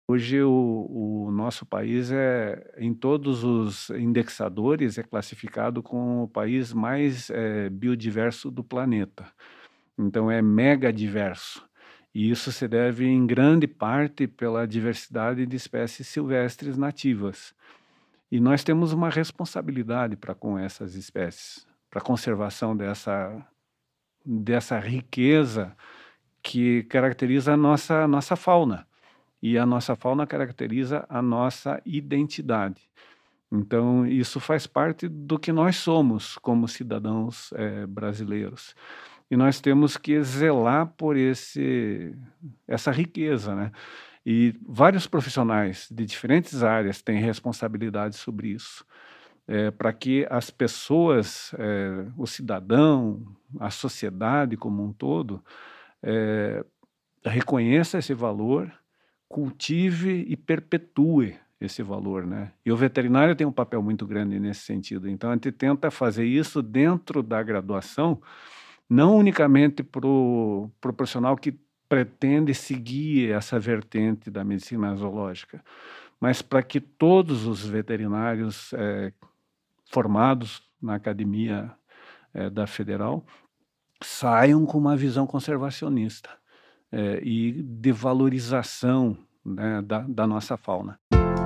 Hoje o nosso país em todos os indexadores, é classificado como o país mais, biodiverso do planeta. Então é mega diverso. E isso se deve em grande parte pela diversidade de espécies silvestres nativas. E nós temos uma responsabilidade para com essas espécies, para a conservação dessa riqueza que caracteriza a nossa fauna. E a nossa fauna caracteriza a nossa identidade. Então, isso faz parte do que nós somos como cidadãos, brasileiros. E nós temos que zelar por essa riqueza, né. E vários profissionais de diferentes áreas têm responsabilidade sobre isso, para que as pessoas, o cidadão, a sociedade como um todo, eh, reconheça esse valor, cultive e perpetue esse valor, né. E o veterinário tem um papel muito grande nesse sentido, então a gente tenta fazer isso dentro da graduação, não unicamente para o profissional que pretende seguir essa vertente da medicina zoológica, mas para que todos os veterinários, formados na academia, da federal, saiam com uma visão conservacionista, e de valorização, né, da nossa fauna.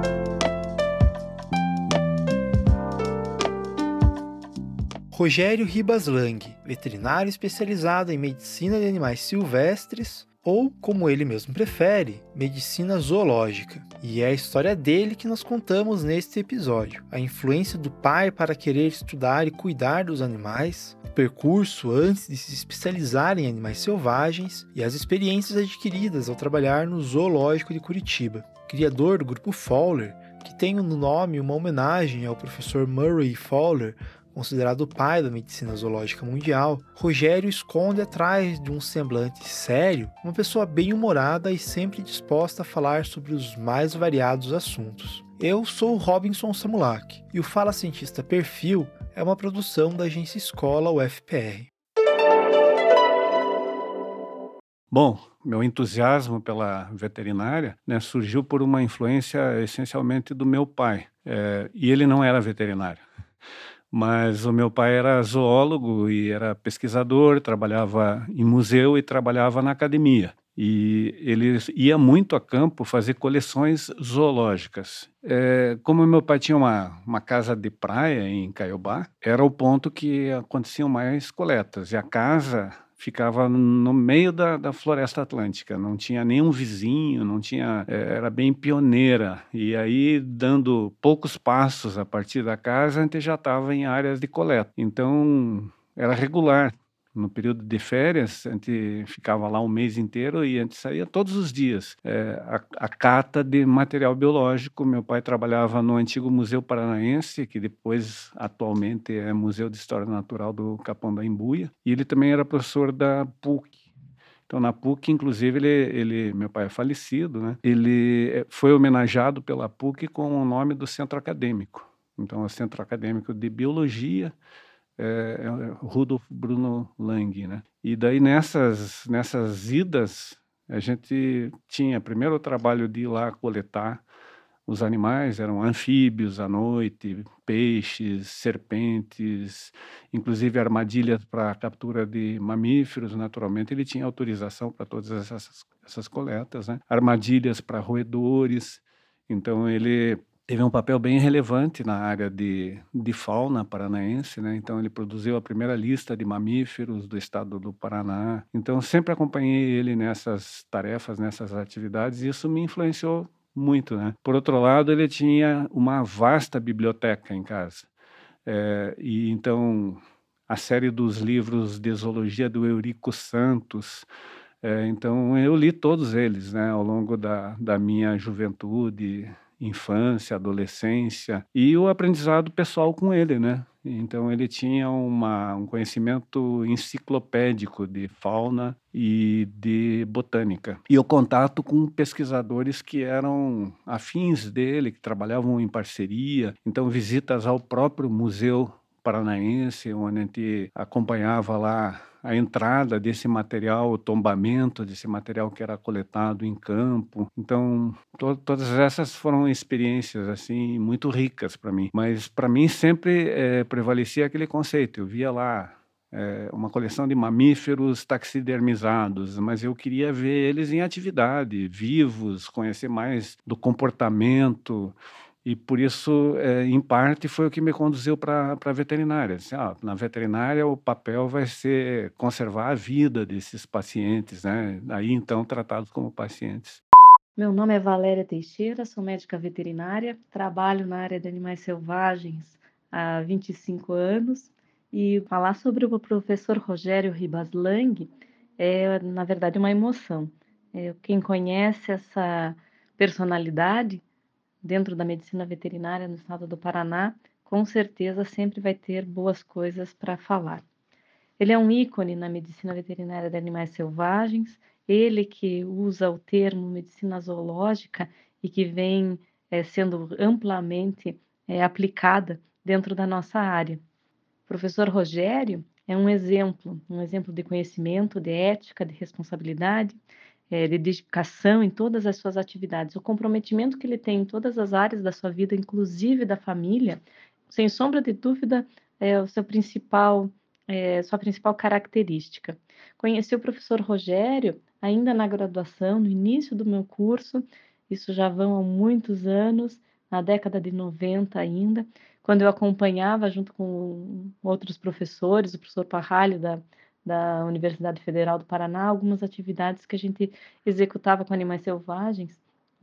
Rogério Ribas Lang, veterinário especializado em medicina de animais silvestres ou, como ele mesmo prefere, medicina zoológica. E é a história dele que nós contamos neste episódio. A influência do pai para querer estudar e cuidar dos animais, o percurso antes de se especializar em animais selvagens e as experiências adquiridas ao trabalhar no Zoológico de Curitiba. Criador do grupo Fowler, que tem no nome uma homenagem ao professor Murray Fowler, considerado o pai da medicina zoológica mundial, Rogério esconde atrás de um semblante sério uma pessoa bem-humorada e sempre disposta a falar sobre os mais variados assuntos. Eu sou o Robinson Samulak e o Fala Cientista Perfil é uma produção da agência Escola UFPR. Bom, meu entusiasmo pela veterinária, né, surgiu por uma influência essencialmente do meu pai, e ele não era veterinário. Mas o meu pai era zoólogo e era pesquisador, trabalhava em museu e trabalhava na academia. E ele ia muito a campo fazer coleções zoológicas. Como meu pai tinha uma casa de praia em Caiobá, era o ponto que aconteciam mais coletas. E a casa ficava no meio da floresta atlântica, não tinha nenhum vizinho, não tinha, era bem pioneira. E aí, dando poucos passos a partir da casa, a gente já estava em áreas de coleta. Então, era regular. No período de férias, a gente ficava lá um mês inteiro e a gente saía todos os dias. A cata de material biológico, meu pai trabalhava no antigo Museu Paranaense, que depois, atualmente, é Museu de História Natural do Capão da Imbuia, e ele também era professor da PUC. Então, na PUC, inclusive, meu pai é falecido, né? Ele foi homenageado pela PUC com o nome do centro acadêmico. Então, é o Centro Acadêmico de Biologia, Rudolf Bruno Lang, né. E daí nessas idas, a gente tinha primeiro o trabalho de ir lá coletar os animais, eram anfíbios à noite, peixes, serpentes, inclusive armadilhas para captura de mamíferos, naturalmente ele tinha autorização para todas essas coletas, né. Armadilhas para roedores, então ele teve um papel bem relevante na área de fauna paranaense, né, então ele produziu a primeira lista de mamíferos do estado do Paraná. Então sempre acompanhei ele nessas tarefas, nessas atividades, e isso me influenciou muito, né. Por outro lado, ele tinha uma vasta biblioteca em casa, e então a série dos livros de zoologia do Eurico Santos, então eu li todos eles, né, ao longo da minha juventude, infância, adolescência, e o aprendizado pessoal com ele, né. Então ele tinha um conhecimento enciclopédico de fauna e de botânica. E o contato com pesquisadores que eram afins dele, que trabalhavam em parceria, então visitas ao próprio Museu Paranaense, onde a gente acompanhava lá a entrada desse material, o tombamento desse material que era coletado em campo. Então, todas essas foram experiências assim muito ricas para mim. Mas para mim sempre prevalecia aquele conceito. Eu via lá uma coleção de mamíferos taxidermizados, mas eu queria ver eles em atividade, vivos, conhecer mais do comportamento. E por isso, em parte, foi o que me conduziu para a veterinária. Assim, na veterinária, o papel vai ser conservar a vida desses pacientes, né? Aí, então, tratados como pacientes. Meu nome é Valéria Teixeira, sou médica veterinária, trabalho na área de animais selvagens há 25 anos e falar sobre o professor Rogério Ribas Lang é, na verdade, uma emoção. Quem conhece essa personalidade dentro da medicina veterinária no estado do Paraná, com certeza sempre vai ter boas coisas para falar. Ele é um ícone na medicina veterinária de animais selvagens, ele que usa o termo medicina zoológica e que vem sendo amplamente aplicada dentro da nossa área. O professor Rogério é um exemplo de conhecimento, de ética, de responsabilidade, de dedicação em todas as suas atividades. O comprometimento que ele tem em todas as áreas da sua vida, inclusive da família, sem sombra de dúvida, é o seu principal sua principal característica. Conheci o professor Rogério ainda na graduação, no início do meu curso, isso já vão há muitos anos, na década de 90 ainda, quando eu acompanhava junto com outros professores, o professor Parralho da Universidade Federal do Paraná, algumas atividades que a gente executava com animais selvagens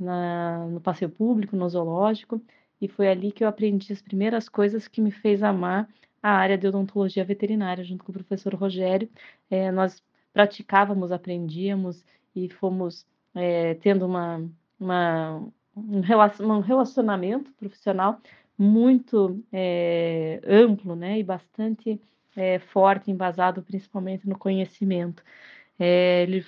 no passeio público, no zoológico, e foi ali que eu aprendi as primeiras coisas que me fez amar a área de odontologia veterinária, junto com o professor Rogério. Nós praticávamos, aprendíamos e fomos tendo um relacionamento profissional muito amplo, né, e bastante forte, embasado principalmente no conhecimento. Ele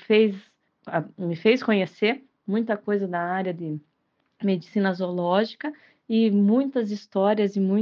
me fez conhecer muita coisa da área de medicina zoológica e muitas histórias e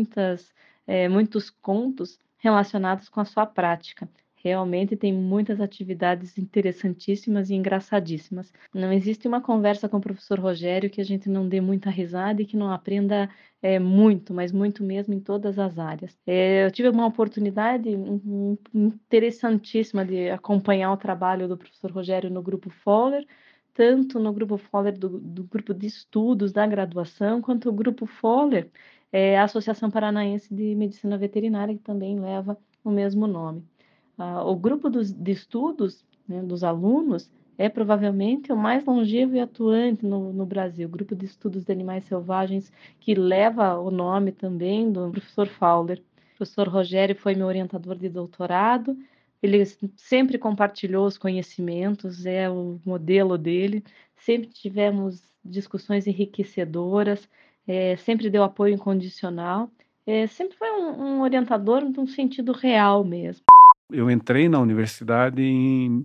muitos contos relacionados com a sua prática. Realmente tem muitas atividades interessantíssimas e engraçadíssimas. Não existe uma conversa com o professor Rogério que a gente não dê muita risada e que não aprenda muito, mas muito mesmo em todas as áreas. Eu tive uma oportunidade interessantíssima de acompanhar o trabalho do professor Rogério no Grupo Fowler, tanto no Grupo Fowler do grupo de estudos da graduação, quanto o Grupo Fowler, a Associação Paranaense de Medicina Veterinária, que também leva o mesmo nome. O grupo de estudos, né, dos alunos, é provavelmente o mais longevo e atuante no Brasil, o grupo de estudos de animais selvagens, que leva o nome também do professor Fowler. O professor Rogério foi meu orientador de doutorado, ele sempre compartilhou os conhecimentos, é o modelo dele, sempre tivemos discussões enriquecedoras, sempre deu apoio incondicional, sempre foi um orientador num sentido real mesmo. Eu entrei na universidade em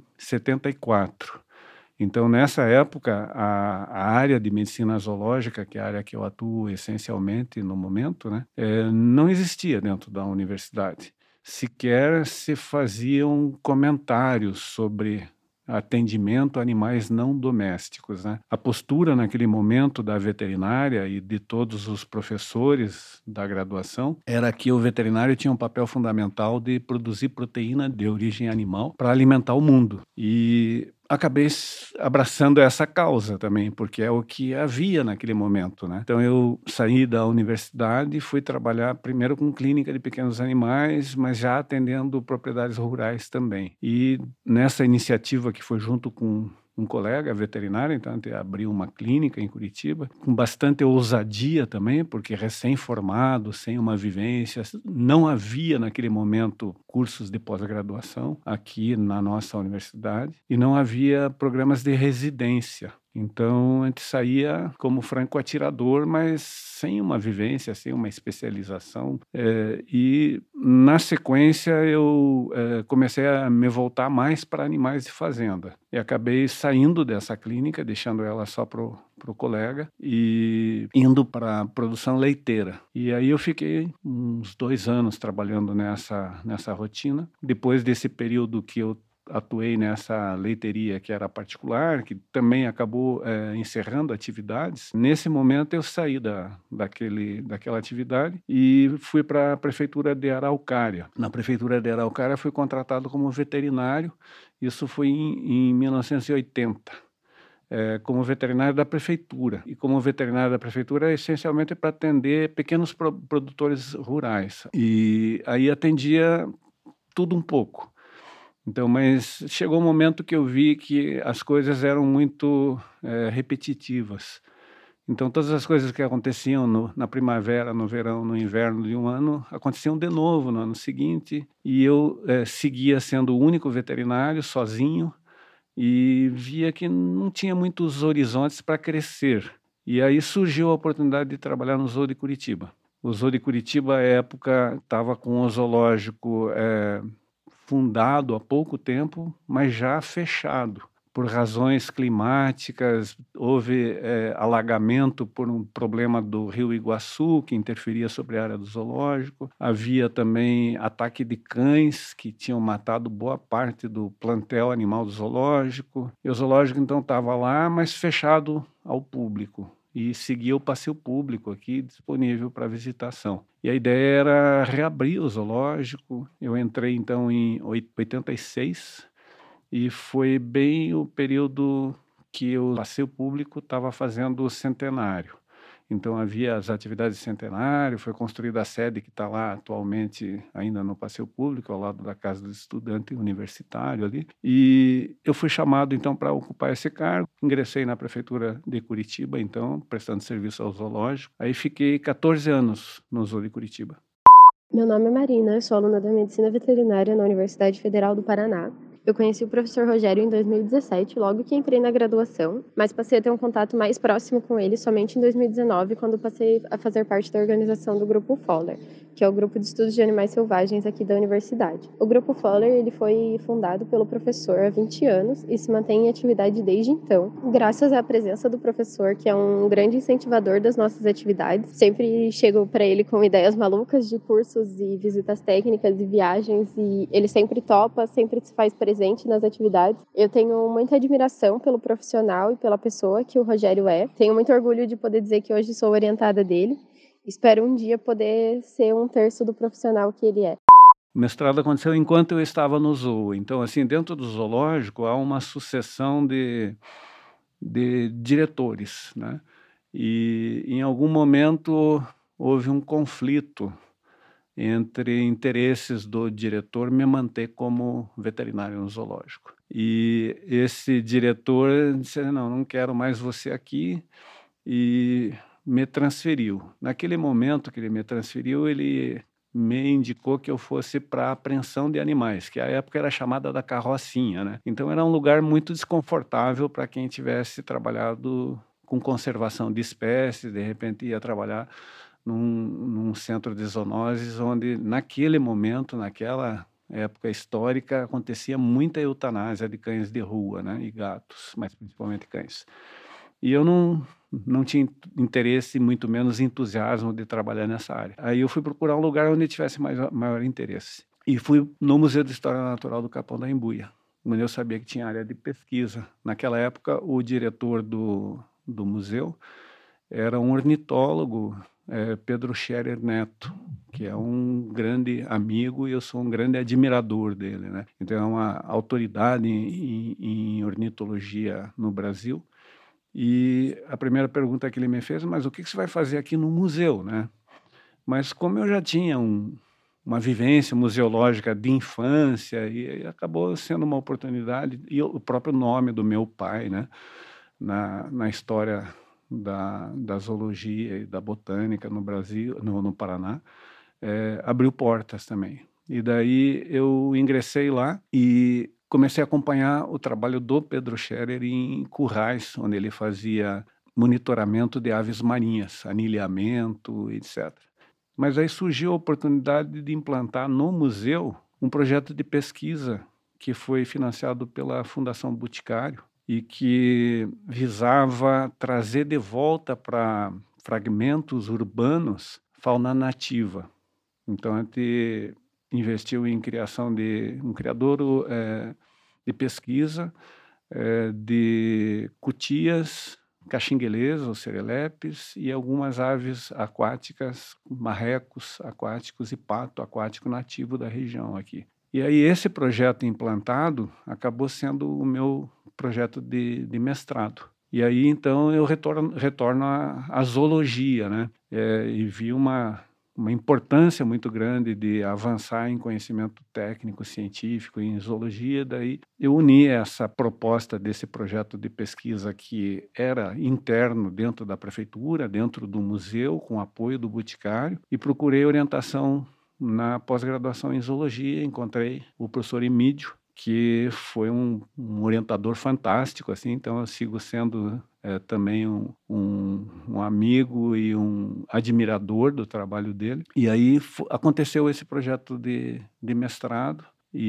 74. Então, nessa época, a área de medicina zoológica, que é a área que eu atuo essencialmente no momento, né, não existia dentro da universidade. Sequer se faziam comentários sobre atendimento a animais não domésticos, né? A postura naquele momento da veterinária e de todos os professores da graduação era que o veterinário tinha um papel fundamental de produzir proteína de origem animal para alimentar o mundo. E acabei abraçando essa causa também, porque é o que havia naquele momento, né? Então eu saí da universidade e fui trabalhar primeiro com clínica de pequenos animais, mas já atendendo propriedades rurais também. E nessa iniciativa que foi junto com um colega veterinário, então ele abriu uma clínica em Curitiba, com bastante ousadia também, porque recém-formado, sem uma vivência, não havia naquele momento cursos de pós-graduação aqui na nossa universidade e não havia programas de residência. Então, a gente saía como franco-atirador, mas sem uma vivência, sem uma especialização. E, na sequência, eu comecei a me voltar mais para animais de fazenda. E acabei saindo dessa clínica, deixando ela só para o colega, e indo para a produção leiteira. E aí eu fiquei uns 2 anos trabalhando nessa rotina. Depois desse período que eu atuei nessa leiteria que era particular, que também acabou encerrando atividades. Nesse momento eu saí daquela atividade e fui para a prefeitura de Araucária. Na prefeitura de Araucária fui contratado como veterinário, isso foi em 1980. Como veterinário da prefeitura. E como veterinário da prefeitura, essencialmente para atender pequenos produtores rurais. E aí atendia tudo um pouco. Então, mas chegou um momento que eu vi que as coisas eram muito repetitivas. Então, todas as coisas que aconteciam na primavera, no verão, no inverno de um ano, aconteciam de novo no ano seguinte. E eu seguia sendo o único veterinário, sozinho, e via que não tinha muitos horizontes para crescer. E aí surgiu a oportunidade de trabalhar no Zoo de Curitiba. O Zoo de Curitiba, à época, estava com o zoológico fundado há pouco tempo, mas já fechado. Por razões climáticas, houve alagamento por um problema do rio Iguaçu, que interferia sobre a área do zoológico. Havia também ataque de cães, que tinham matado boa parte do plantel animal do zoológico. E o zoológico, então, estava lá, mas fechado ao público. E seguia o passeio público aqui, disponível para visitação. E a ideia era reabrir o zoológico. Eu entrei, então, em 86, e foi bem o período que o passeio público estava fazendo o centenário. Então, havia as atividades de centenário, foi construída a sede que está lá atualmente ainda no passeio público, ao lado da Casa do Estudante Universitário ali. E eu fui chamado, então, para ocupar esse cargo. Ingressei na Prefeitura de Curitiba, então, prestando serviço ao zoológico. Aí fiquei 14 anos no Zoo de Curitiba. Meu nome é Marina, eu sou aluna da Medicina Veterinária na Universidade Federal do Paraná. Eu conheci o professor Rogério em 2017, logo que entrei na graduação, mas passei a ter um contato mais próximo com ele somente em 2019, quando passei a fazer parte da organização do Grupo Foller, que é o Grupo de Estudos de Animais Selvagens aqui da universidade. O Grupo Foller ele foi fundado pelo professor há 20 anos e se mantém em atividade desde então, graças à presença do professor, que é um grande incentivador das nossas atividades. Sempre chego para ele com ideias malucas de cursos e visitas técnicas e viagens, e ele sempre topa, sempre se faz presente nas atividades. Eu tenho muita admiração pelo profissional e pela pessoa que o Rogério é. Tenho muito orgulho de poder dizer que hoje sou orientada dele. Espero um dia poder ser um terço do profissional que ele é. O mestrado aconteceu enquanto eu estava no zoo. Então, assim, dentro do zoológico há uma sucessão de diretores, né? E em algum momento houve um conflito entre interesses do diretor me manter como veterinário no zoológico. E esse diretor disse: não quero mais você aqui, e me transferiu. Naquele momento que ele me transferiu, ele me indicou que eu fosse para a apreensão de animais, que à época era chamada da carrocinha, né? Então era um lugar muito desconfortável para quem tivesse trabalhado com conservação de espécies, de repente ia trabalhar num centro de zoonoses, onde naquele momento, naquela época histórica, acontecia muita eutanásia de cães de rua, né? E gatos, mas principalmente cães. E eu não tinha interesse, muito menos entusiasmo de trabalhar nessa área. Aí eu fui procurar um lugar onde tivesse maior interesse. E fui no Museu de História Natural do Capão da Embuia, onde eu sabia que tinha área de pesquisa. Naquela época, o diretor do museu era um ornitólogo, Pedro Scherer Neto, que é um grande amigo e eu sou um grande admirador dele, né? Então é uma autoridade em ornitologia no Brasil. E a primeira pergunta que ele me fez: mas o que você vai fazer aqui no museu, né? Mas como eu já tinha uma vivência museológica de infância, e acabou sendo uma oportunidade, e o próprio nome do meu pai, né, na história da zoologia e da botânica no Brasil, no Paraná, abriu portas também. E daí eu ingressei lá e comecei a acompanhar o trabalho do Pedro Scherer em currais, onde ele fazia monitoramento de aves marinhas, anilhamento, etc. Mas aí surgiu a oportunidade de implantar no museu um projeto de pesquisa que foi financiado pela Fundação Boticário e que visava trazer de volta para fragmentos urbanos fauna nativa. Então, a gente investiu em criação de um criadouro de pesquisa de cutias, caxinguelês ou serelepes e algumas aves aquáticas, marrecos aquáticos e pato aquático nativo da região aqui. E aí esse projeto implantado acabou sendo o meu projeto de mestrado. E aí então eu retorno à zoologia, né? E vi uma importância muito grande de avançar em conhecimento técnico, científico, em zoologia. Daí eu uni essa proposta desse projeto de pesquisa que era interno dentro da prefeitura, dentro do museu, com apoio do Boticário, e procurei orientação na pós-graduação em zoologia. Encontrei o professor Emídio, que foi um orientador fantástico, assim, então eu sigo sendo também um amigo e um admirador do trabalho dele. E aí aconteceu esse projeto de mestrado,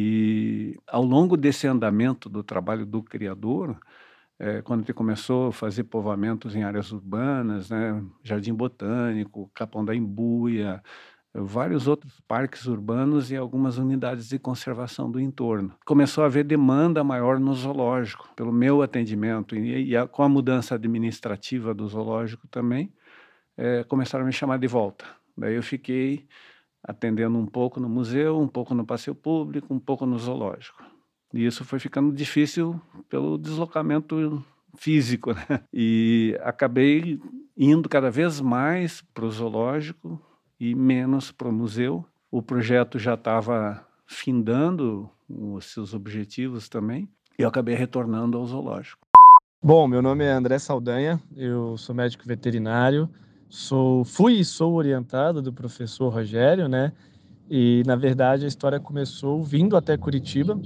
e ao longo desse andamento do trabalho do criador, quando ele começou a fazer povoamentos em áreas urbanas, né, Jardim Botânico, Capão da Embuia, vários outros parques urbanos e algumas unidades de conservação do entorno. Começou a haver demanda maior no zoológico, pelo meu atendimento, com a mudança administrativa do zoológico também, começaram a me chamar de volta. Daí eu fiquei atendendo um pouco no museu, um pouco no passeio público, um pouco no zoológico. E isso foi ficando difícil pelo deslocamento físico, né? E acabei indo cada vez mais para o zoológico e menos para o museu. O projeto já estava findando os seus objetivos também, e eu acabei retornando ao zoológico. Bom, meu nome é André Saldanha, eu sou médico veterinário, fui e sou orientado do professor Rogério, né? E, na verdade, a história começou vindo até Curitiba.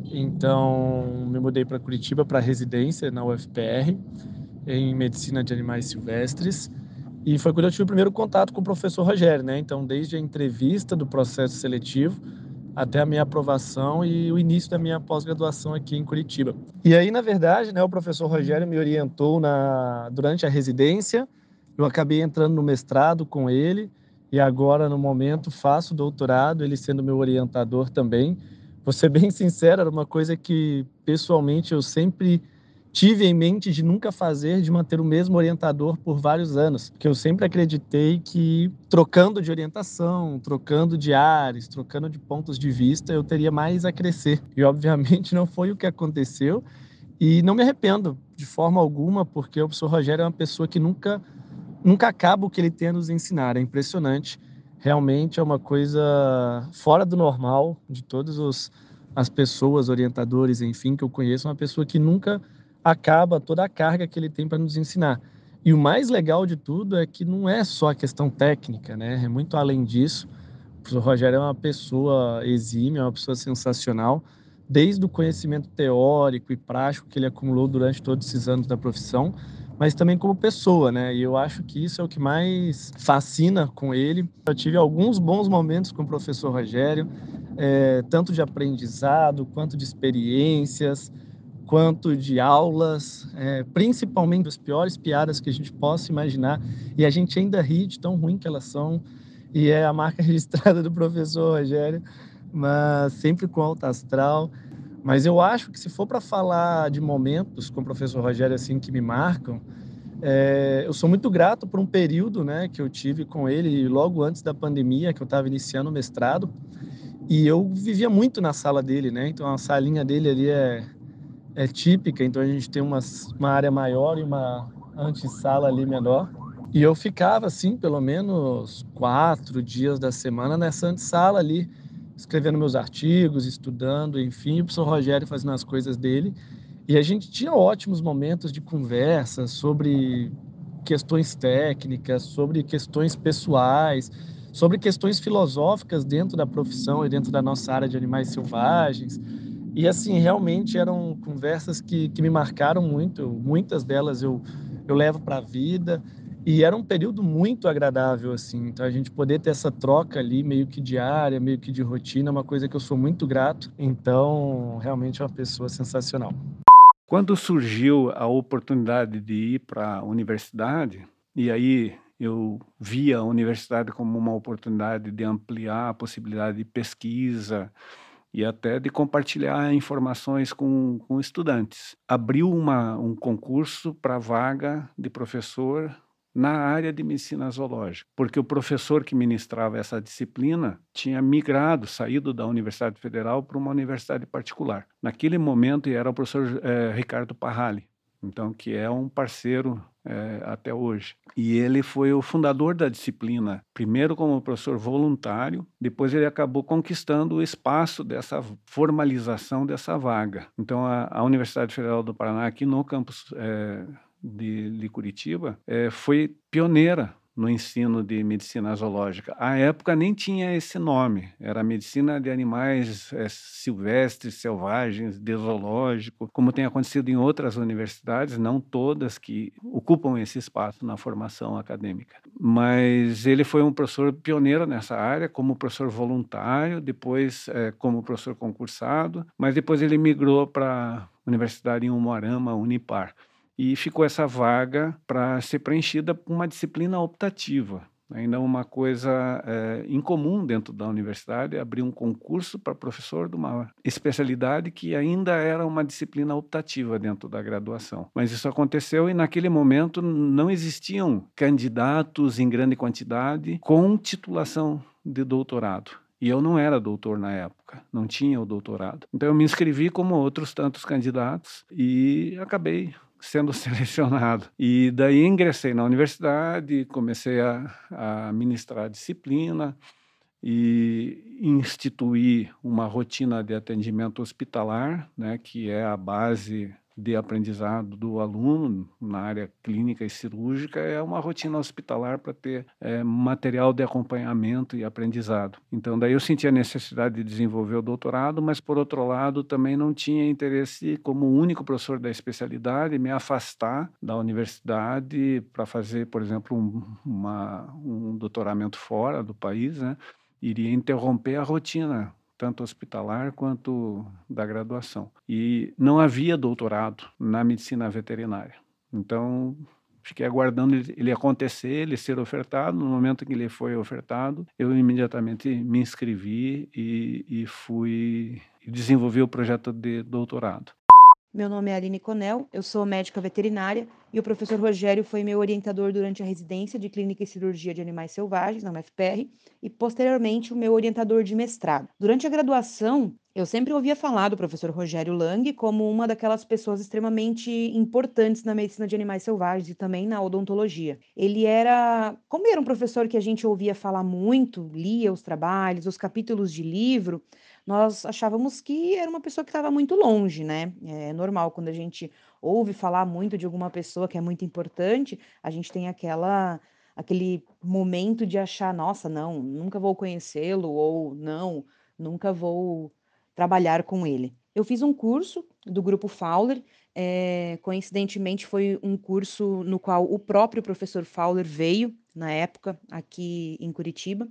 Então, me mudei para Curitiba para residência na UFPR, em Medicina de Animais Silvestres. E foi quando eu tive o primeiro contato com o professor Rogério, né? Então, desde a entrevista do processo seletivo até a minha aprovação e o início da minha pós-graduação aqui em Curitiba. E aí, na verdade, né, o professor Rogério me orientou durante a residência. Eu acabei entrando no mestrado com ele e agora, no momento, faço doutorado, ele sendo meu orientador também. Vou ser bem sincero, era uma coisa que, pessoalmente, eu sempre tive em mente de nunca fazer, de manter o mesmo orientador por vários anos, porque eu sempre acreditei que trocando de orientação, trocando de áreas, trocando de pontos de vista, eu teria mais a crescer. E obviamente não foi o que aconteceu, e não me arrependo de forma alguma, porque o professor Rogério é uma pessoa que nunca acaba o que ele tem a nos ensinar. É impressionante, realmente é uma coisa fora do normal de todas as pessoas, orientadores, enfim, que eu conheço, uma pessoa que nunca acaba toda a carga que ele tem para nos ensinar. E o mais legal de tudo é que não é só a questão técnica, né? É muito além disso. O professor Rogério é uma pessoa exímia, é uma pessoa sensacional, desde o conhecimento teórico e prático que ele acumulou durante todos esses anos da profissão, mas também como pessoa, né? E eu acho que isso é o que mais fascina com ele. Eu tive alguns bons momentos com o professor Rogério, tanto de aprendizado, quanto de experiências, quanto de aulas, principalmente as piores piadas que a gente possa imaginar, e a gente ainda ri de tão ruim que elas são, e é a marca registrada do professor Rogério, mas sempre com alto astral. Mas eu acho que se for para falar de momentos com o professor Rogério assim que me marcam, eu sou muito grato por um período, né, que eu tive com ele logo antes da pandemia, que eu estava iniciando o mestrado, e eu vivia muito na sala dele, né? Então a salinha dele ali é típica, então a gente tem uma área maior e uma antessala ali menor. E eu ficava, assim, pelo menos 4 dias da semana nessa antessala ali, escrevendo meus artigos, estudando, enfim, o professor Rogério fazendo as coisas dele. E a gente tinha ótimos momentos de conversa sobre questões técnicas, sobre questões pessoais, sobre questões filosóficas dentro da profissão e dentro da nossa área de animais selvagens. E assim, realmente eram conversas que me marcaram muito, muitas delas eu levo para a vida, e era um período muito agradável, assim, então a gente poder ter essa troca ali, meio que diária, meio que de rotina, é uma coisa que eu sou muito grato, então realmente é uma pessoa sensacional. Quando surgiu a oportunidade de ir para a universidade, e aí eu via a universidade como uma oportunidade de ampliar a possibilidade de pesquisa e até de compartilhar informações com estudantes. Abriu um concurso para vaga de professor na área de medicina zoológica, porque o professor que ministrava essa disciplina tinha migrado, saído da Universidade Federal para uma universidade particular. Naquele momento era o professor Ricardo Parrali, então, que é um parceiro até hoje. E ele foi o fundador da disciplina, primeiro como professor voluntário, depois ele acabou conquistando o espaço dessa formalização dessa vaga. Então, a Universidade Federal do Paraná, aqui no campus de Curitiba, foi pioneira no ensino de medicina zoológica. À época nem tinha esse nome, era medicina de animais silvestres, selvagens, de zoológico, como tem acontecido em outras universidades, não todas que ocupam esse espaço na formação acadêmica. Mas ele foi um professor pioneiro nessa área, como professor voluntário, depois como professor concursado, mas depois ele migrou para a Universidade em Umuarama, Unipar. E ficou essa vaga para ser preenchida por uma disciplina optativa. Ainda uma coisa incomum dentro da universidade, abrir um concurso para professor de uma especialidade que ainda era uma disciplina optativa dentro da graduação. Mas isso aconteceu e naquele momento não existiam candidatos em grande quantidade com titulação de doutorado. E eu não era doutor na época, não tinha o doutorado. Então eu me inscrevi como outros tantos candidatos e acabei sendo selecionado. E daí ingressei na universidade, comecei a ministrar a disciplina e instituí uma rotina de atendimento hospitalar, né, que é a base de aprendizado do aluno na área clínica e cirúrgica, é uma rotina hospitalar para ter material de acompanhamento e aprendizado. Então, daí eu senti a necessidade de desenvolver o doutorado, mas, por outro lado, também não tinha interesse, como único professor da especialidade, me afastar da universidade para fazer, por exemplo, um doutoramento fora do país, né? Iria interromper a rotina tanto hospitalar quanto da graduação. E não havia doutorado na medicina veterinária. Então, fiquei aguardando ele acontecer, ele ser ofertado. No momento em que ele foi ofertado, eu imediatamente me inscrevi e fui desenvolver o projeto de doutorado. Meu nome é Aline Conel, eu sou médica veterinária e o professor Rogério foi meu orientador durante a residência de Clínica e Cirurgia de Animais Selvagens, na UFPR, e posteriormente o meu orientador de mestrado. Durante a graduação, eu sempre ouvia falar do professor Rogério Lang como uma daquelas pessoas extremamente importantes na medicina de animais selvagens e também na odontologia. Como era um professor que a gente ouvia falar muito, lia os trabalhos, os capítulos de livro, nós achávamos que era uma pessoa que estava muito longe, né? É normal, quando a gente ouve falar muito de alguma pessoa que é muito importante, a gente tem aquele momento de achar, nossa, não, nunca vou conhecê-lo, ou não, nunca vou trabalhar com ele. Eu fiz um curso do Grupo Fowler, coincidentemente foi um curso no qual o próprio professor Fowler veio, na época, aqui em Curitiba,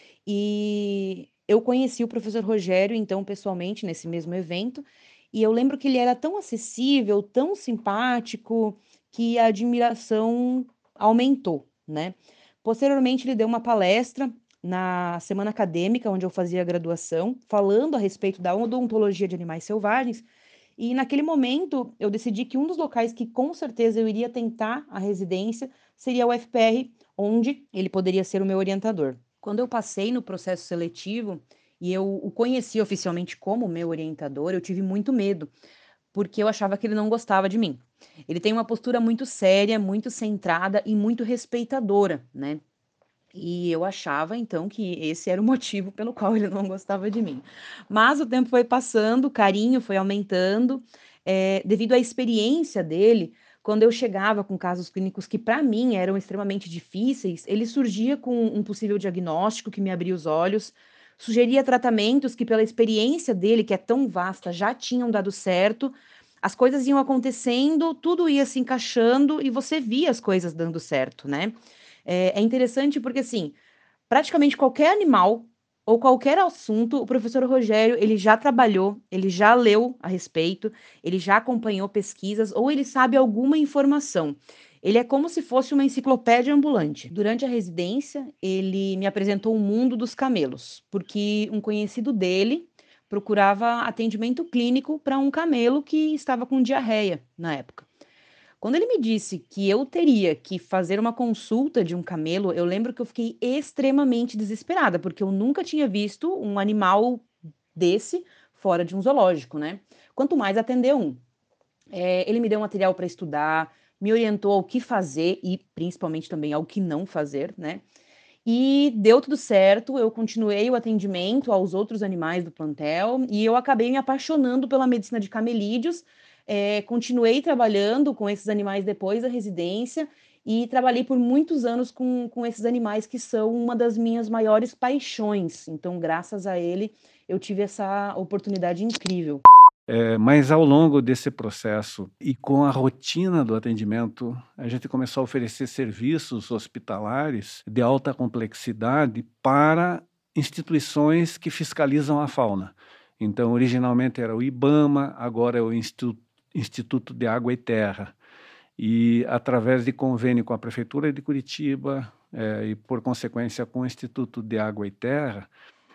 e eu conheci o professor Rogério, então, pessoalmente, nesse mesmo evento, e eu lembro que ele era tão acessível, tão simpático, que a admiração aumentou, né? Posteriormente, ele deu uma palestra na semana acadêmica, onde eu fazia a graduação, falando a respeito da odontologia de animais selvagens, e naquele momento eu decidi que um dos locais que com certeza eu iria tentar a residência seria o UFPR, onde ele poderia ser o meu orientador. Quando eu passei no processo seletivo e eu o conheci oficialmente como meu orientador, eu tive muito medo, porque eu achava que ele não gostava de mim. Ele tem uma postura muito séria, muito centrada e muito respeitadora, né? E eu achava, então, que esse era o motivo pelo qual ele não gostava de mim. Mas o tempo foi passando, o carinho foi aumentando, devido à experiência dele, quando eu chegava com casos clínicos que para mim eram extremamente difíceis, ele surgia com um possível diagnóstico que me abria os olhos, sugeria tratamentos que, pela experiência dele, que é tão vasta, já tinham dado certo. As coisas iam acontecendo, tudo ia se encaixando e você via as coisas dando certo, né? É interessante porque, assim, praticamente qualquer animal ou qualquer assunto, o professor Rogério, ele já trabalhou, ele já leu a respeito, ele já acompanhou pesquisas ou ele sabe alguma informação. Ele é como se fosse uma enciclopédia ambulante. Durante a residência, ele me apresentou o mundo dos camelos, porque um conhecido dele procurava atendimento clínico para um camelo que estava com diarreia na época. Quando ele me disse que eu teria que fazer uma consulta de um camelo, eu lembro que eu fiquei extremamente desesperada, porque eu nunca tinha visto um animal desse fora de um zoológico, né? Quanto mais atender um. Ele me deu material para estudar, me orientou ao que fazer e principalmente também ao que não fazer, né? E deu tudo certo, eu continuei o atendimento aos outros animais do plantel e eu acabei me apaixonando pela medicina de camelídeos. Continuei trabalhando com esses animais depois da residência e trabalhei por muitos anos com esses animais que são uma das minhas maiores paixões. Então, graças a ele, eu tive essa oportunidade incrível. Mas ao longo desse processo e com a rotina do atendimento, a gente começou a oferecer serviços hospitalares de alta complexidade para instituições que fiscalizam a fauna. Então, originalmente era o IBAMA, agora é o Instituto de Água e Terra. E através de convênio com a Prefeitura de Curitiba, e por consequência com o Instituto de Água e Terra,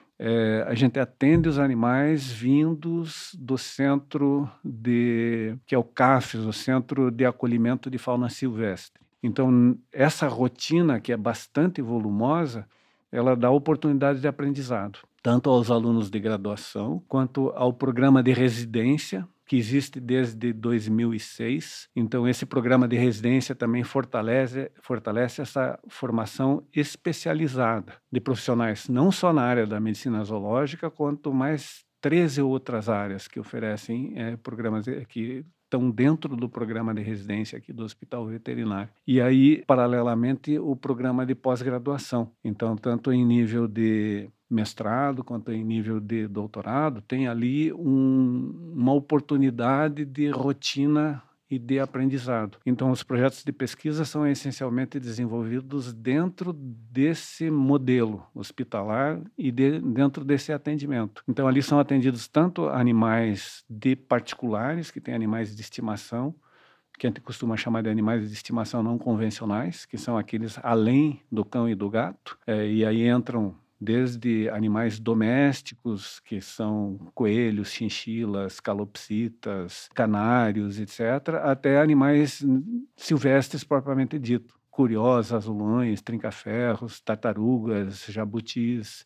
a gente atende os animais vindos do centro que é o CAFES, o Centro de Acolhimento de Fauna Silvestre. Então, essa rotina, que é bastante volumosa, ela dá oportunidade de aprendizado, tanto aos alunos de graduação, quanto ao programa de residência, que existe desde 2006. Então, esse programa de residência também fortalece essa formação especializada de profissionais, não só na área da medicina zoológica, quanto mais 13 outras áreas que oferecem programas que estão dentro do programa de residência aqui do Hospital Veterinário. E aí, paralelamente, o programa de pós-graduação. Então, tanto em nível de mestrado quanto em nível de doutorado, tem ali uma oportunidade de rotina e de aprendizado. Então, os projetos de pesquisa são essencialmente desenvolvidos dentro desse modelo hospitalar e dentro desse atendimento. Então, ali são atendidos tanto animais de particulares, que têm animais de estimação, que a gente costuma chamar de animais de estimação não convencionais, que são aqueles além do cão e do gato, e aí entram desde animais domésticos, que são coelhos, chinchilas, calopsitas, canários, etc., até animais silvestres propriamente dito, curiós, azulões, trinca-ferros, tartarugas, jabutis,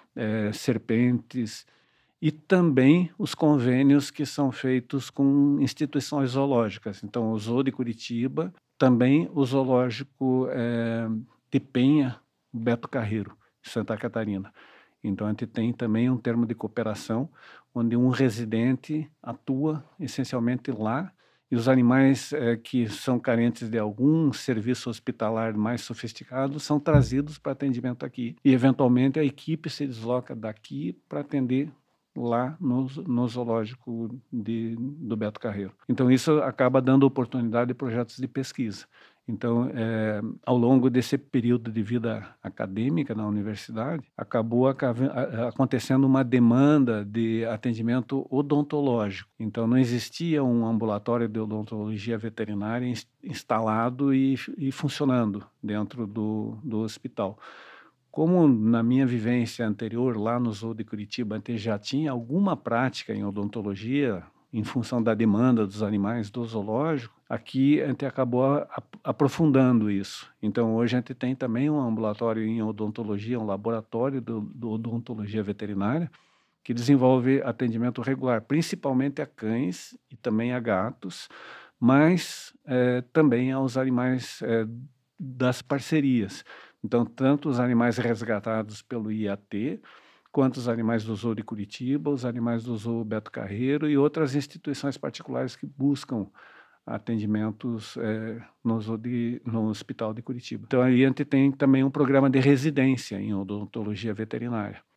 serpentes, e também os convênios que são feitos com instituições zoológicas. Então, o Zoo de Curitiba, também o Zoológico de Penha, Beto Carreiro, Santa Catarina. Então, a gente tem também um termo de cooperação, onde um residente atua essencialmente lá, e os animais que são carentes de algum serviço hospitalar mais sofisticado são trazidos para atendimento aqui. E, eventualmente, a equipe se desloca daqui para atender lá no zoológico do Beto Carreiro. Então, isso acaba dando oportunidade de projetos de pesquisa. Então, ao longo desse período de vida acadêmica na universidade, acabou acontecendo uma demanda de atendimento odontológico. Então, não existia um ambulatório de odontologia veterinária instalado e funcionando dentro do hospital. Como na minha vivência anterior, lá no Zoo de Curitiba, a gente já tinha alguma prática em odontologia, em função da demanda dos animais do zoológico, aqui a gente acabou aprofundando isso. Então, hoje a gente tem também um ambulatório em odontologia, um laboratório do odontologia veterinária, que desenvolve atendimento regular, principalmente a cães e também a gatos, mas também aos animais das parcerias. Então, tanto os animais resgatados pelo IAT, quanto os animais do Zoo de Curitiba, os animais do Zoo Beto Carreiro e outras instituições particulares que buscam atendimentos no Hospital de Curitiba. Então, aí a gente tem também um programa de residência em odontologia veterinária,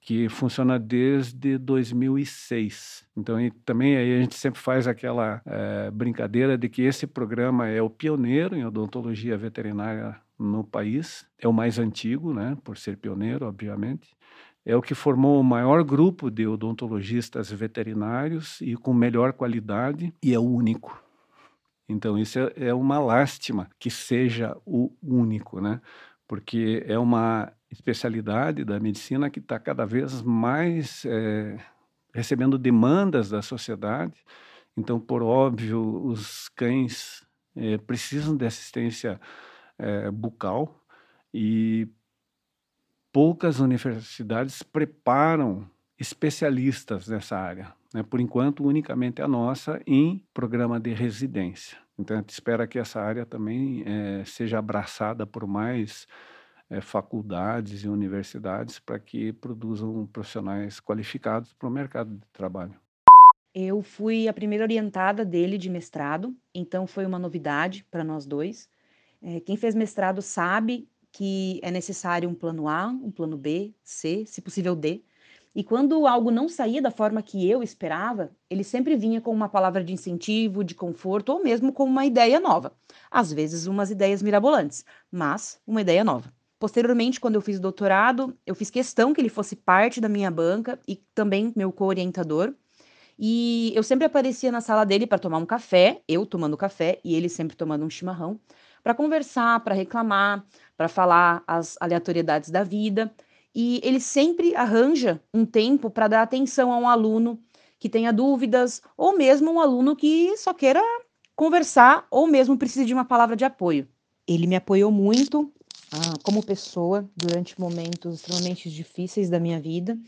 que funciona desde 2006. Então, e também aí a gente sempre faz aquela brincadeira de que esse programa é o pioneiro em odontologia veterinária no país, é o mais antigo, né, por ser pioneiro, obviamente. É o que formou o maior grupo de odontologistas veterinários e com melhor qualidade, e é o único. Então, isso é uma lástima que seja o único, né? Porque é uma especialidade da medicina que está cada vez mais recebendo demandas da sociedade. Então, por óbvio, os cães precisam de assistência bucal e poucas universidades preparam especialistas nessa área, né? Por enquanto, unicamente a nossa em programa de residência. Então, a gente espera que essa área também seja abraçada por mais faculdades e universidades para que produzam profissionais qualificados para o mercado de trabalho. Eu fui a primeira orientada dele de mestrado, então foi uma novidade para nós dois. Quem fez mestrado sabe que é necessário um plano A, um plano B, C, se possível D. E quando algo não saía da forma que eu esperava, ele sempre vinha com uma palavra de incentivo, de conforto ou mesmo com uma ideia nova. Às vezes umas ideias mirabolantes, mas uma ideia nova. Posteriormente, quando eu fiz doutorado, eu fiz questão que ele fosse parte da minha banca e também meu co-orientador. E eu sempre aparecia na sala dele para tomar um café, eu tomando café e ele sempre tomando um chimarrão, para conversar, para reclamar, para falar as aleatoriedades da vida. E ele sempre arranja um tempo para dar atenção a um aluno que tenha dúvidas, ou mesmo um aluno que só queira conversar, ou mesmo precise de uma palavra de apoio. Ele me apoiou muito, como pessoa durante momentos extremamente difíceis da minha vida.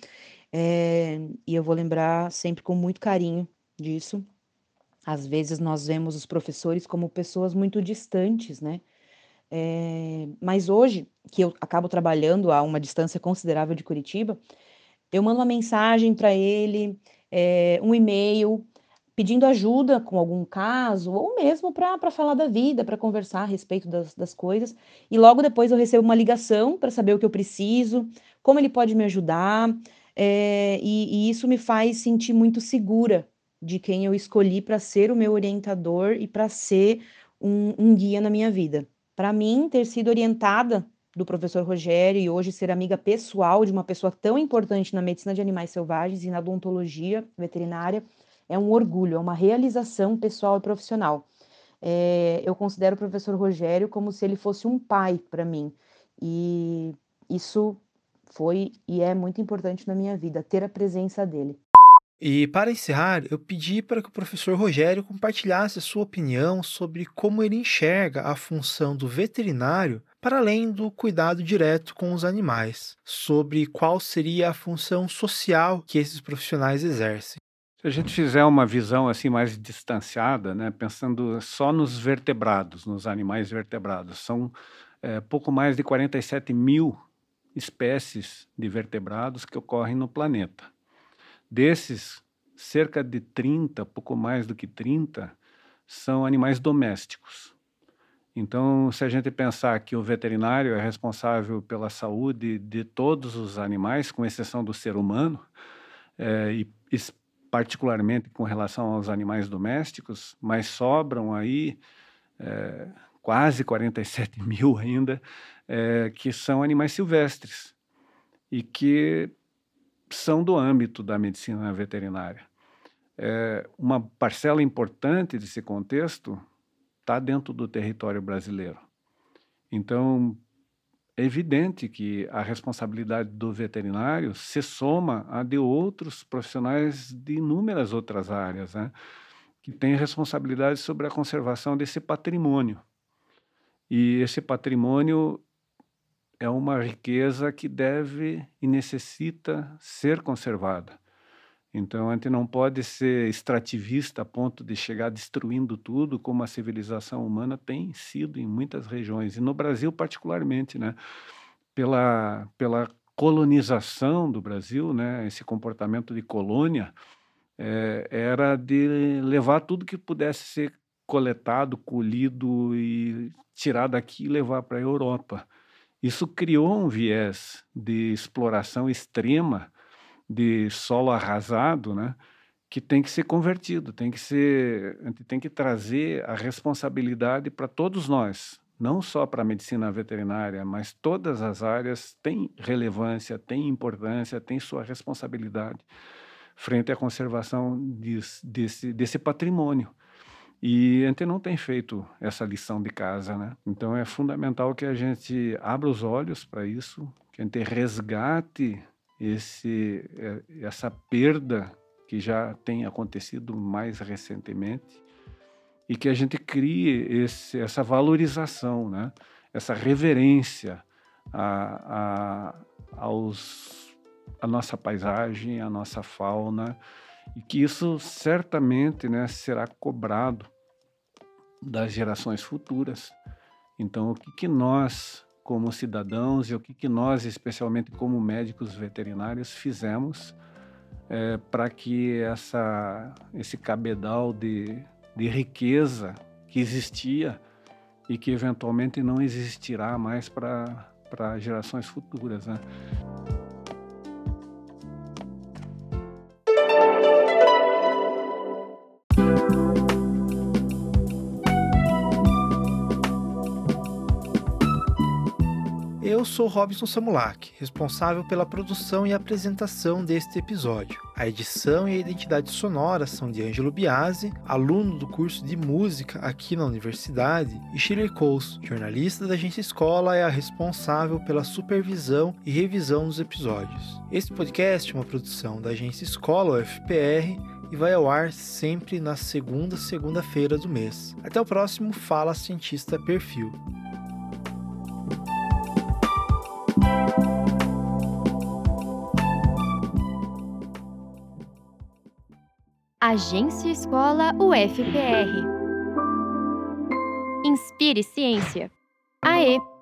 E eu vou lembrar sempre com muito carinho disso. Às vezes nós vemos os professores como pessoas muito distantes, né? Mas hoje, que eu acabo trabalhando a uma distância considerável de Curitiba, eu mando uma mensagem para ele, um e-mail, pedindo ajuda com algum caso, ou mesmo para falar da vida, para conversar a respeito das coisas. E logo depois eu recebo uma ligação para saber o que eu preciso, como ele pode me ajudar. E isso me faz sentir muito segura de quem eu escolhi para ser o meu orientador e para ser um guia na minha vida. Para mim, ter sido orientada do professor Rogério e hoje ser amiga pessoal de uma pessoa tão importante na medicina de animais selvagens e na odontologia veterinária é um orgulho, é uma realização pessoal e profissional. Eu considero o professor Rogério como se ele fosse um pai para mim. E isso foi e é muito importante na minha vida, ter a presença dele. E para encerrar, eu pedi para que o professor Rogério compartilhasse a sua opinião sobre como ele enxerga a função do veterinário para além do cuidado direto com os animais, sobre qual seria a função social que esses profissionais exercem. Se a gente fizer uma visão assim mais distanciada, né, pensando só nos vertebrados, nos animais vertebrados, são pouco mais de 47 mil espécies de vertebrados que ocorrem no planeta. Desses, cerca de 30, pouco mais do que 30, são animais domésticos. Então, se a gente pensar que o veterinário é responsável pela saúde de todos os animais, com exceção do ser humano, e particularmente com relação aos animais domésticos, mas sobram aí quase 47 mil ainda, que são animais silvestres e que são do âmbito da medicina veterinária. Uma parcela importante desse contexto está dentro do território brasileiro. Então, é evidente que a responsabilidade do veterinário se soma à de outros profissionais de inúmeras outras áreas, né, que têm responsabilidade sobre a conservação desse patrimônio. E esse patrimônio é uma riqueza que deve e necessita ser conservada. Então, a gente não pode ser extrativista a ponto de chegar destruindo tudo, como a civilização humana tem sido em muitas regiões, e no Brasil particularmente, né? Pela colonização do Brasil, né? Esse comportamento de colônia era de levar tudo que pudesse ser coletado, colhido e tirar daqui e levar para a Europa. Isso criou um viés de exploração extrema de solo arrasado, né, que tem que ser convertido, a gente tem que trazer a responsabilidade para todos nós, não só para a medicina veterinária, mas todas as áreas têm relevância, têm importância, têm sua responsabilidade frente à conservação desse patrimônio. E a gente não tem feito essa lição de casa, né? Então é fundamental que a gente abra os olhos para isso, que a gente resgate essa perda que já tem acontecido mais recentemente e que a gente crie essa valorização, né? Essa reverência à nossa paisagem, à nossa fauna, e que isso certamente, né, será cobrado das gerações futuras. Então, o que nós, como cidadãos, e o que nós, especialmente como médicos veterinários, fizemos para que esse cabedal de riqueza que existia e que eventualmente não existirá mais para gerações futuras, né? Eu sou Robson Samulak, responsável pela produção e apresentação deste episódio. A edição e a identidade sonora são de Ângelo Biasi, aluno do curso de música aqui na universidade, e Shirley Coles, jornalista da Agência Escola, é a responsável pela supervisão e revisão dos episódios. Este podcast é uma produção da Agência Escola, UFPR, e vai ao ar sempre na segunda-feira do mês. Até o próximo Fala Cientista Perfil. Agência Escola UFPR. Inspire Ciência. Aê!